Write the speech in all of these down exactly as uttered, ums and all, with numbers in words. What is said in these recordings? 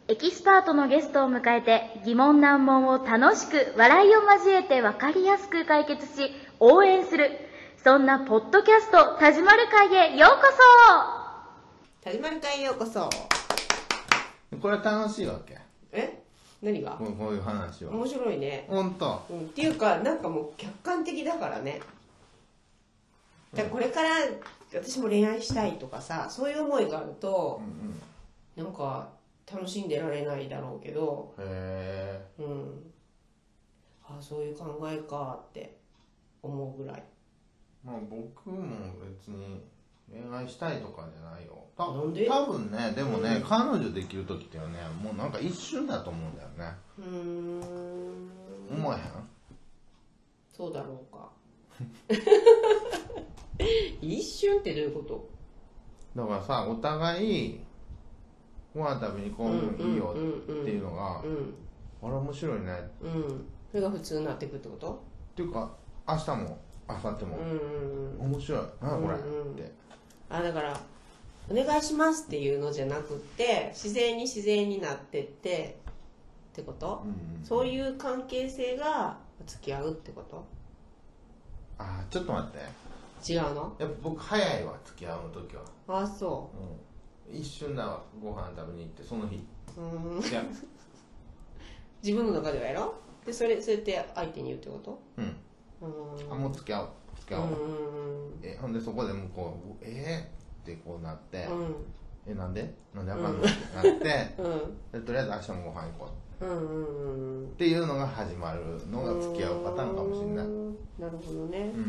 エキスパートのゲストを迎えて疑問難問を楽しく笑いを交えて分かりやすく解決し応援する、そんなポッドキャスト田島る会へようこそ。 田島る会へようこそ。 これは楽しいわけ。 え何がこうこういう話は面白いね。 ほんと、 うん、っていうかなんかもう客観的だからね。だからこれから私も恋愛したいとかさ、そういう思いがあると、うんうん、なんか楽しんでられないだろうけど、 へえ、うん、あそういう考えかって思うぐらい。 まあ僕も別に恋愛したいとかじゃないよ。たなんで？ 多分ね、でもね、 うん、 彼女できる時ってね、もうなんか一瞬だと思うんだよね。 うーん、 思わへん？ そうだろうか。一瞬ってどういうこと？ だからさ、お互いご飯食べに行こういいよっていうのが、あれ面白いね、 うん、それが普通になってくってこと？ っていうか明日も明後日も、うんうん、面白いなこれ、うんうん、って。 あだからお願いしますっていうのじゃなくって自然に自然になってってってこと、うんうん、そういう関係性が付き合うってこと？ あちょっと待って、 違うの？ やっぱ僕早いわ、付き合うの時は。 あそう、 うん、一瞬だわ、ご飯食べに行ってその日。うんいや自分の中ではやろでそれそれって相手に言うってこと？うん、 うんあもう付き合おう付き合おう、うんえほんでそこで向こうえー、ってこうなって、うん、えなんでなんであかんの、うん、ってなって、うん、でとりあえず明日もご飯行こう、うんうんうん、っていうのが始まるのが付き合うパターンかもしれない。 なるほどね、うん、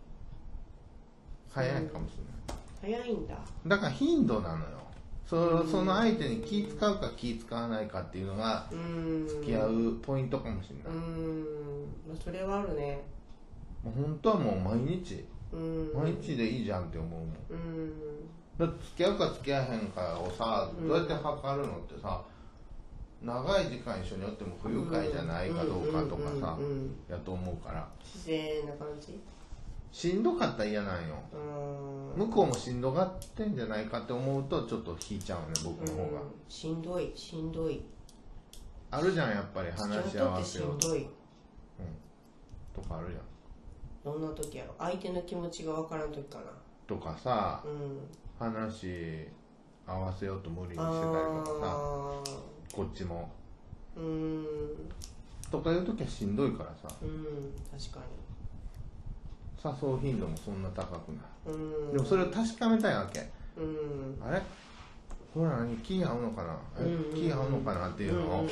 早いかもしれない。 早いんだ。 だから頻度なのよ。そ, その相手に気使うか気使わないかっていうのが付き合うポイントかもしれない。うん、 まあ、それはあるね。 本当はもう毎日毎日でいいじゃんって思うもん。うんだって付き合うか付き合えへんかをさどうやって測るのってさ、長い時間一緒におっても不愉快じゃないかどうかとかさやと思うから。 自然な感じ。 しんどかったら嫌なんよ。向こうもしんどがってんじゃないかって思うとちょっと引いちゃうね、僕の方が。 しんどいしんどいあるじゃんやっぱり話し合わせようしんどい、うん、 とかあるじゃん。どんな時やろ？相手の気持ちが分からん時かなとかさ、うん、話合わせようと無理にしてたりとかさ、こっちもうーんとかいう時はしんどいからさ、 うん確かに誘う頻度もそんな高くない。うんでもそれを確かめたいわけ。うんあれこれ何気合うのかな、うんうんうん、気合うのかなっていうのを、うんうんうん、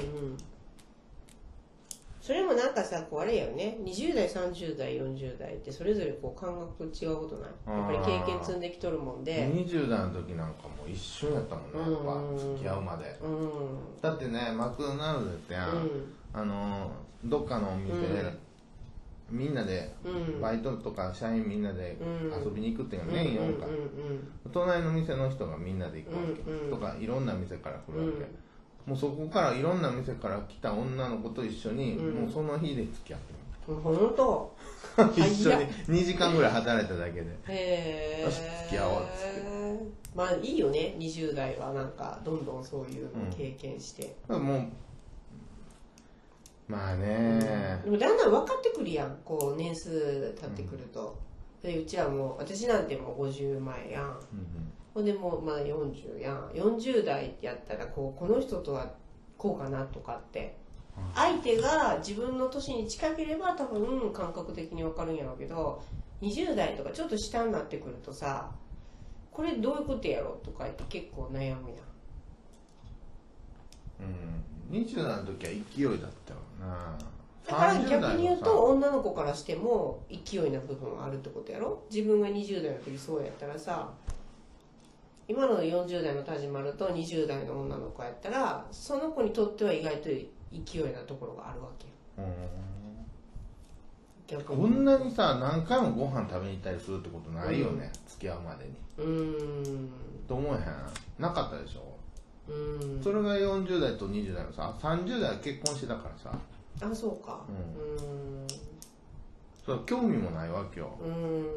それもなんかさこうあれやよね、にじゅう代さんじゅう代よんじゅう代ってそれぞれこう感覚違うことない？やっぱり経験積んできとるもんで。 にじゅう代の時なんかもう一瞬やったもんね、やっぱ付き合うまで、うん、だってねマクドナルドってやん、うん、あのどっかのお店で、うんみんなで、うん、バイトとか社員みんなで遊びに行くっていうのが年よんかい、隣の店の人がみんなで行くわけ、うんうん、とかいろんな店から来るわけ、うん、もうそこからいろんな店から来た女の子と一緒に、うん、もうその日で付き合ってる。 ほんと一緒ににじかんぐらい働いただけでへよし付き合おうっつって。 まあいいよね、にじゅう代はなんかどんどんそういうの経験して、 うん、もうまあね、 うん、でもだんだん分かってくるやん、こう年数経ってくると、うん、でうちはもう私なんてもうごじゅうまえやん、うんうん、ほんでもうまあよんじゅうやん、よんじゅう代やったらこうこの人とはこうかなとかって、うん、相手が自分の年に近ければ多分感覚的に分かるんやろうけど、にじゅう代とかちょっと下になってくるとさ、これどういうことやろとか言って結構悩むやん。 うん、にじゅう代の時は勢いだったよな。 だから逆に言うと女の子からしても勢いな部分はあるってことやろ。自分がにじゅう代の時そうやったらさ、今のよんじゅう代の田島るとにじゅう代の女の子やったらその子にとっては意外と勢いなところがあるわけよ。 うん、こんなにさ何回もご飯食べに行ったりするってことないよね、うん、付き合うまでに。うーんと思えへん？なかったでしょ。うんそれがよんじゅう代とにじゅう代のさ、さんじゅう代は結婚してたからさ。 あ、そうか。うんうーんそれは興味もないわけよ。うーん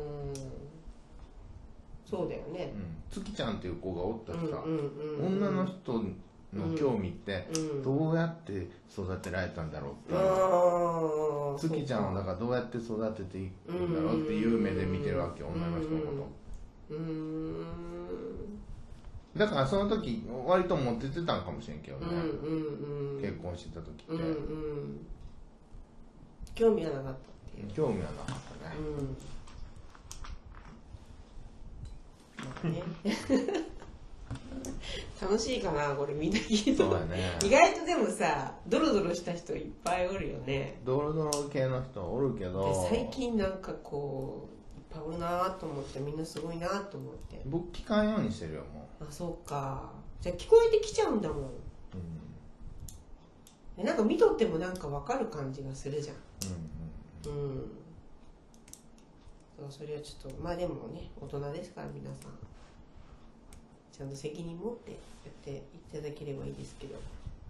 そうだよね。 うん、月ちゃんっていう子がおったらさ、うんうんうんうん、女の人の興味ってどうやって育てられたんだろうっていう、うん、月ちゃんをだからどうやって育てていくんだろうっていう目で見てるわけ、女の人のこと。うーん、だからその時割とモテてたんかもしれんけどね、うんうんうん、結婚してた時って、うんうん、 興味はなかったっていう。 興味はなかったね、 うん、まあね楽しいかなこれみんな聞いて、 ね、 意外とでもさドロドロした人いっぱいおるよね。 ドロドロ系の人おるけど、 最近なんかこういっぱいおるなと思って、みんなすごいなと思って。 僕聞かんようにしてるよもう。あ、そうか。じゃあ聞こえてきちゃうんだもん、うん、なんか見とってもなんか分かる感じがするじゃん。うんうん、うん、そう、それはちょっとまあでもね大人ですから皆さんちゃんと責任持ってやっていただければいいですけど。う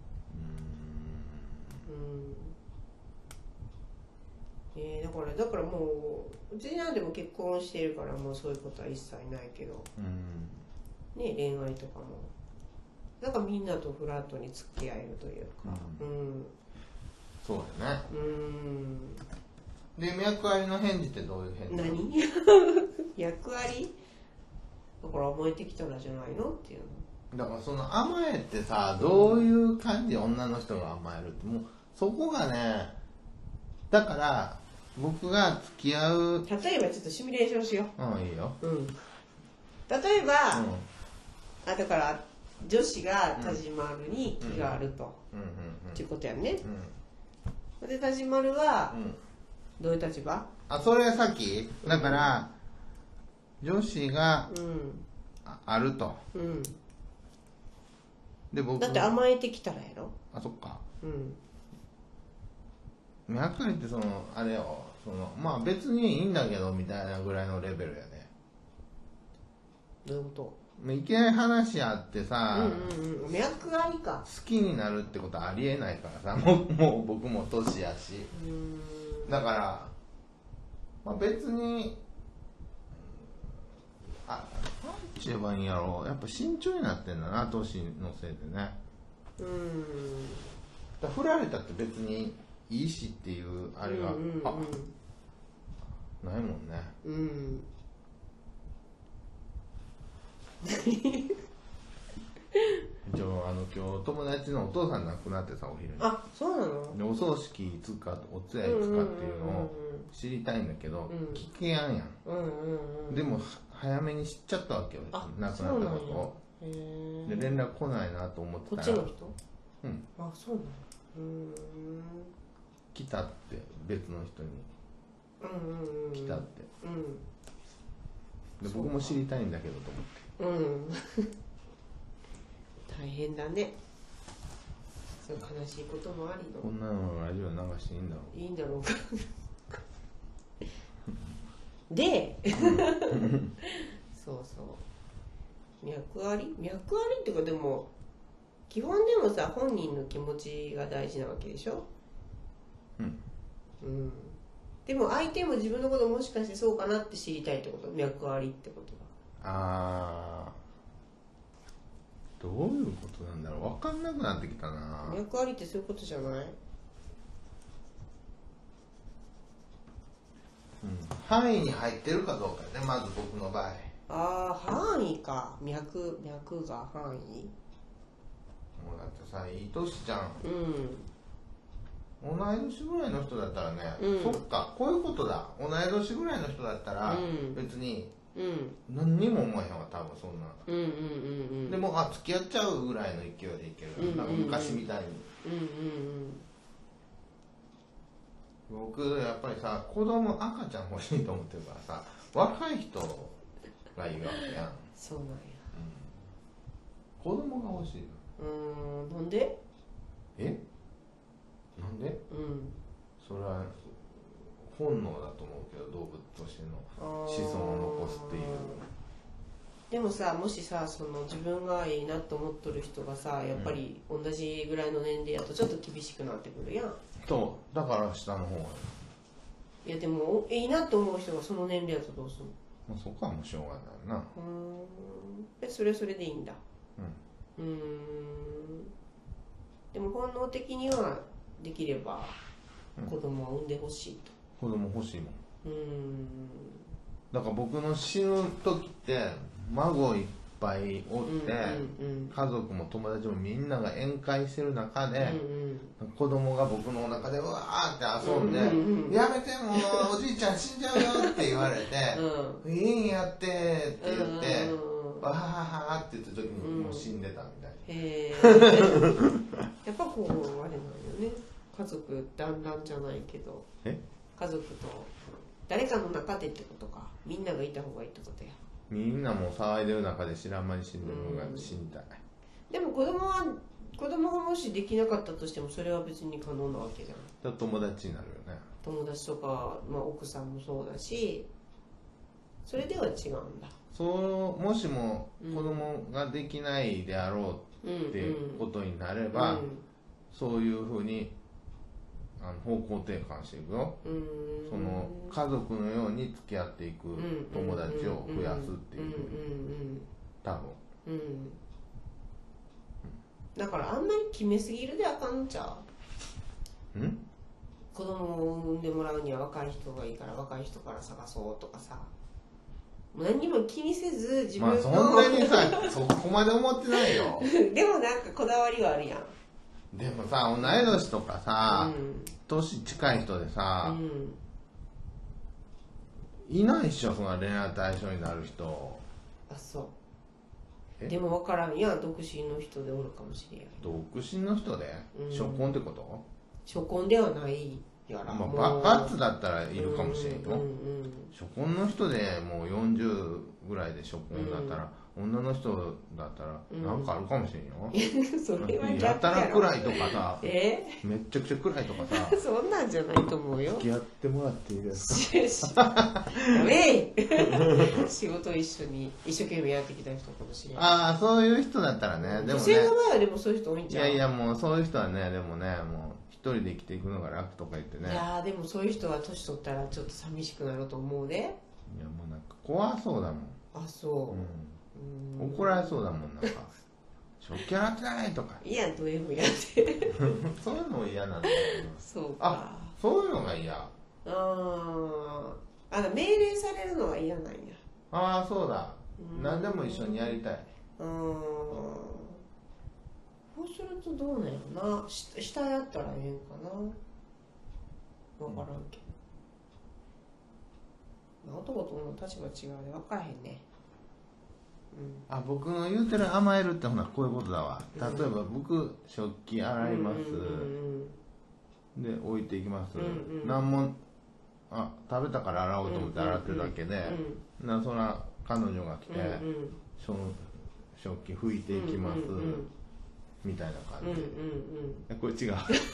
ーん、うん、えー、だからだからもううちなんでも結婚しているからもうそういうことは一切ないけど、うん、ね、恋愛とかもなんかみんなとフラットに付き合えるというか、うん、うん、 そうだね。うんで、脈ありの返事ってどういう返事？ 何脈ありだから甘えてきたらじゃないのっていうの。だからその甘えってさ、どういう感じで女の人が甘えるって、もうそこがね、だから僕が付き合う、 例えばちょっとシミュレーションしよう。うん、いいよ。 うん、例えば、うん、あだから女子が田島るに気があると、うんうんうんうん、っていうことやね。うん、で田島るは、うん、どういう立場？ あ、それさっきだから、うん、女子が、うん、あ, あると、うん、 で僕だって甘えてきたらやろ。 あ、そっか。うん脈ありってそのあれよ、そのまあ別にいいんだけどみたいなぐらいのレベルやね。 どういうこと？ いきなり話あってさ、 うんうんうん、脈ありか。 好きになるってことはありえないからさ、もう、もう僕も年やし、うーんだから、まあ、別にあ、何て言えばいいんやろう、やっぱ慎重になってんだな、年のせいでね。うーんだ振られたって別にいいしっていうあれが、うんうんうん、あないもんね。うん一応あの今日友達のお父さん亡くなってさ、お昼に。 あ、そうなの？ でお葬式いつかお通夜いつかっていうのを知りたいんだけど、うん、聞けやんやん、うんうんうん、でも早めに知っちゃったわけよ、亡くなったことを。で連絡来ないなと思ってたら、 こっちの人？うん、あ、そうなの。うーん来たって別の人に、うんうんうん、来たって、うん、で僕も知りたいんだけどと思って、うん大変だね。そう悲しいこともありの。 こんなのラジオ流していいんだろう。 いいんだろうかで、うん、そうそう脈あり脈ありっていうか、でも基本でもさ本人の気持ちが大事なわけでしょ。うん、うん、でも相手も自分のこともしかしてそうかなって知りたいってこと？脈ありってことは。ああ、 どういうことなんだろう、分かんなくなってきたな。 脈ありってそういうことじゃない？うん、 範囲に入ってるかどうかね、まず僕の場合。 ああ、範囲か。脈脈が範囲。 もうだってさ、いい年じゃん。うん。同い年ぐらいの人だったらね、うん、そっか、こういうことだ。同い年ぐらいの人だったら、別に、うん、何にも思えへんわ、多分そんな、うんうんうんうん、でもあ付き合っちゃうぐらいの勢いでいける、うんうんうん、なんか昔みたいに、うんうんうん、僕やっぱりさ、子供赤ちゃん欲しいと思ってるからさ、若い人がいいわけやん。 そうなんや、 うん、子供が欲しい。 うーん、なんで？ えなんで？うん、それは本能だと思うけど、動物としての子孫を残すっていう。 でもさ、もしさ、その自分がいいなと思っとる人がさ、やっぱり同じぐらいの年齢やとちょっと厳しくなってくるやん。 そうだから下の方がいや、でもいいなと思う人がその年齢やとどうするの？そこはもうしょうがないな。 うーん、それはそれでいいんだ。うん、うーん本能的にはできれば子供を産んでほしいと、 うん、子供欲しいもん。 うーん、 だから僕の死ぬ時って孫いっぱいおって、うんうんうん、家族も友達もみんなが宴会してる中で、うんうん、子供が僕のお腹でうわーって遊んで、うんうんうん、やめてもうおじいちゃん死んじゃうよって言われて、うん、いいんやってって言って、うんうん、わはははって言った時にもう死んでたみたいな、うん、へやっぱこうあれなんよね、家族団らんじゃないけど、え家族と誰かの中でってことか、みんながいた方がいいってことや。 みんなもう騒いでる中で知らん間に死んでるのが死にたい。 でも子供は子供がもしできなかったとしてもそれは別に可能なわけじゃん。 だ友達になるよね。 友達とか、まあ、奥さんもそうだし、それでは違うんだ。 そうもしも子供ができないであろうっていうことになれば、うんうん、そういうふうにあの方向転換していくよ。その家族のように付き合っていく友達を増やすっていうふうに多分、うん、 だからあんまり決めすぎるであかんちゃう。ん子供を産んでもらうには若い人がいいから若い人から探そうとかさ、もう何にも気にせず自分の、まあ、 そんなにさそこまで思ってないよでもなんかこだわりはあるやん。 でもさ、同い年とかさ、うん、年近い人でさ、うん、いないっしょ、そんな恋愛対象になる人。 あ、そうでも分からんやん、独身の人でおるかもしれん。 独身の人で、うん、初婚ってこと？ 初婚ではないやら、 まあ、バツだったらいるかもしれんよ、うんうんうん、初婚の人でもうよんじゅうぐらいで初婚だったら、うん、女の人だったらなんかあるかもしれんよ、 うん、それは逆やたら暗いとかさ、えめっちゃくちゃ暗いとかさそんなんじゃないと思うよ。 付き合ってもらっていいですかやべえ仕事一緒に一生懸命やってきた人かもしれない。 ああ、そういう人だったらね。でもね、女性の場合はでもそういう人多いんじゃん。 いやいや、もうそういう人はね、でもね、もう一人で生きていくのが楽とか言ってね。 いやでもそういう人は年取ったらちょっと寂しくなると思うで。いやもうなんか怖そうだもん。 あ、そう、 うん、怒られそうだもん、なんか食器洗ってないとか。 いや、どういうのやってそういうのも嫌なんだよ。 そうか。 あ、そういうのが嫌。 ああ、命令されるのは嫌なんや。 ああ、そうだ。何でも一緒にやりたい。うん。 そうするとどうなんやろな。下やったらええんかな。分からんけど、うん、男と女の立場違うで分からへんね、 うん、あ、僕の言うてる甘えるってほなこういうことだわ。例えば僕食器洗います、うんうん、で置いていきます、うんうん、何もあ食べたから洗おうと思って洗ってるだけで、うんうん、なそら彼女が来て、うんうん、その食器拭いていきます、うんうんうん、みたいな感じで、うんうんうん、これ違う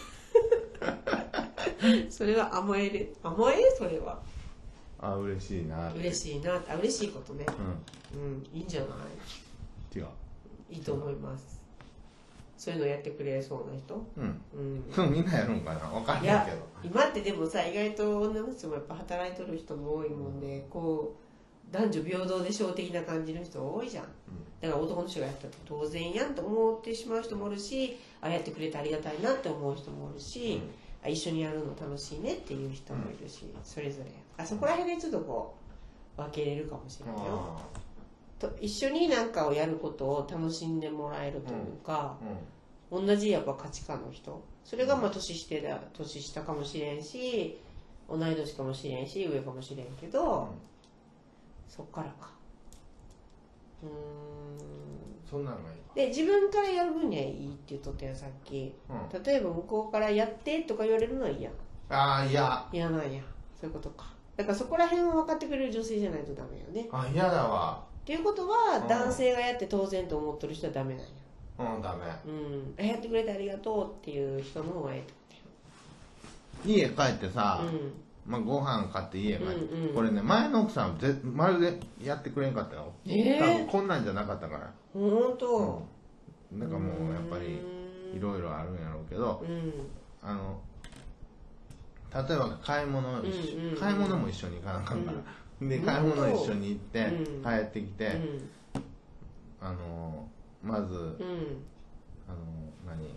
それは甘える甘えそれはあ嬉しいなって嬉しいなってあ嬉しいことね、うん、うん、いいんじゃない違ういいと思います。そういうのやってくれそうな人、 うん、うん、みんなやるんかな分かんないけど。いや今ってでもさ意外と女の人もやっぱ働いてる人も多いもんで、こう男女平等でしょう的な感じの人多いじゃん、うん、だから男の人がやったって当然やんと思ってしまう人もおるし、あやってくれてありがたいなって思う人もおるし、うん、一緒にやるの楽しいねっていう人もいるし、うん、それぞれあそこら辺でちょっとこう分けれるかもしれないよ。と一緒に何かをやることを楽しんでもらえるというか、うんうん、同じやっぱ価値観の人、それがまあ年下だ年下かもしれんし同い年かもしれんし上かもしれんけど、うん、そっからかうーんそんなのがいいで自分からやる分にはいいって言っとったよさっき、うん、例えば向こうからやってとか言われるのは嫌。 ああ嫌嫌なんや。そういうことか。だからそこら辺を分かってくれる女性じゃないとダメよね。 あ嫌だわっていうことは、うん、男性がやって当然と思ってる人はダメなんや。 うんダメ、 うん、やってくれてありがとうっていう人の方がええってことよ。家帰ってさ、うんまあ、ご飯買って家帰って、うんうん、これね前の奥さんぜまるでやってくれんかったよ、えー、多分こんなんじゃなかったからほんと、 うん、なんかもうやっぱりいろいろあるんやろうけど、うん、あの例えば買い物、うんうんうん、買い物も一緒に行かなあかんから、うん、で買い物一緒に行って、うん、帰ってきて、うん、あのまず、うん、あの何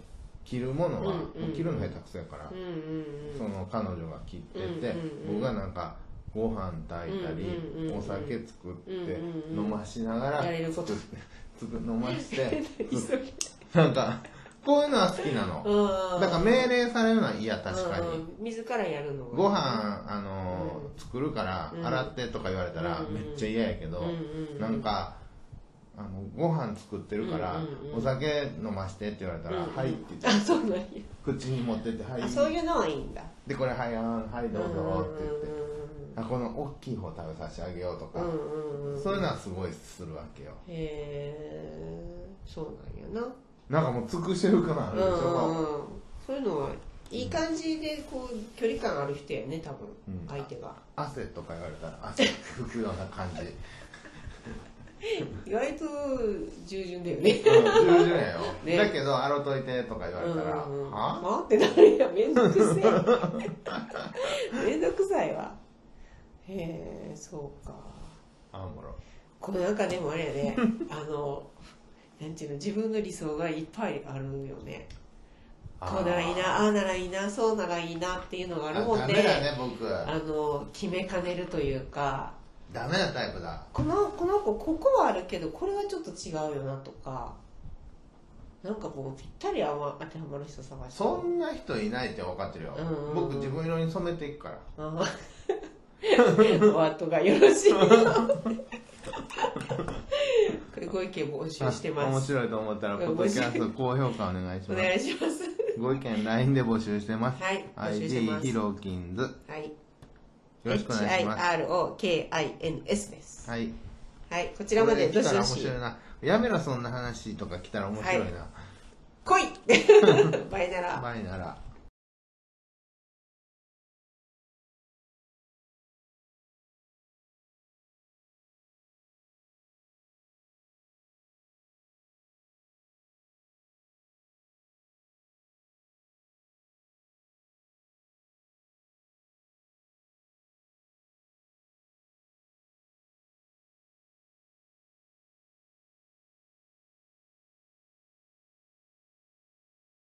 切るものは、うんうん、切るの下手くそやから、うんうんうん、その彼女が切ってて、うんうんうん、僕がなんかご飯炊いたり、うんうんうん、お酒作って、うんうんうん、飲ましながらやれること飲ましてなんかこういうのは好きなの。だから命令されるのは嫌、確かに。 自らやるのが、ね、 ご飯あの、うん、作るから洗ってとか言われたらめっちゃ嫌やけど、うんうん、なんかあのご飯作ってるから、うんうんうん、お酒飲ましてって言われたら、うんうん、はいって言って、 あ、そうなんや、 口に持ってって、はい、 あ、そういうのはいいんだ。 でこれはい、はいどうぞって言って、うんうん、この大きい方食べさせてあげようとか、うんうんうん、そういうのはすごいするわけよ。 へえ、そうなんやな。 なんかもう尽くしてる感あるでしょ、うんうん、 そういうのはいい感じでこう距離感ある人やね、多分、うん、相手が。 汗とか言われたら汗拭くような感じ意外と従順だよね。 うん、従順やよ、ね、だけど洗っといてとか言われたら、うんうん、ははってなるやん、めんどくせえめんどくさいわ。へえ、そうか。 あ、おもろ。 これなんかでもあれやねあのなんていうの、自分の理想がいっぱいあるよね。こうならいいな、ああならいいな、そうならいいなっていうのがあるもんで、 ダメだね、僕。 あの決めかねるというか、 ダメなタイプだ。 このこの子ここはあるけどこれはちょっと違うよなとか、なんかもうぴったり当てはまる人探して。 そんな人いないって分かってるよ、うんうんうん、僕自分色に染めていくから。お後がよろしいこれご意見募集してます。 面白いと思ったらポッドキャスト高評価お願いします。 お願いします。 ご意見 ライン で募集してます。 はい、 募集してます。アイディー ヒロキンズ、はい、よろしくお願いします。 エイチアイアールオーケーアイエヌエス です。 はい、 はい、こちらまでどしどし。 やめろそんな話とか来たら面白いな、はい、 来いバイならバイなら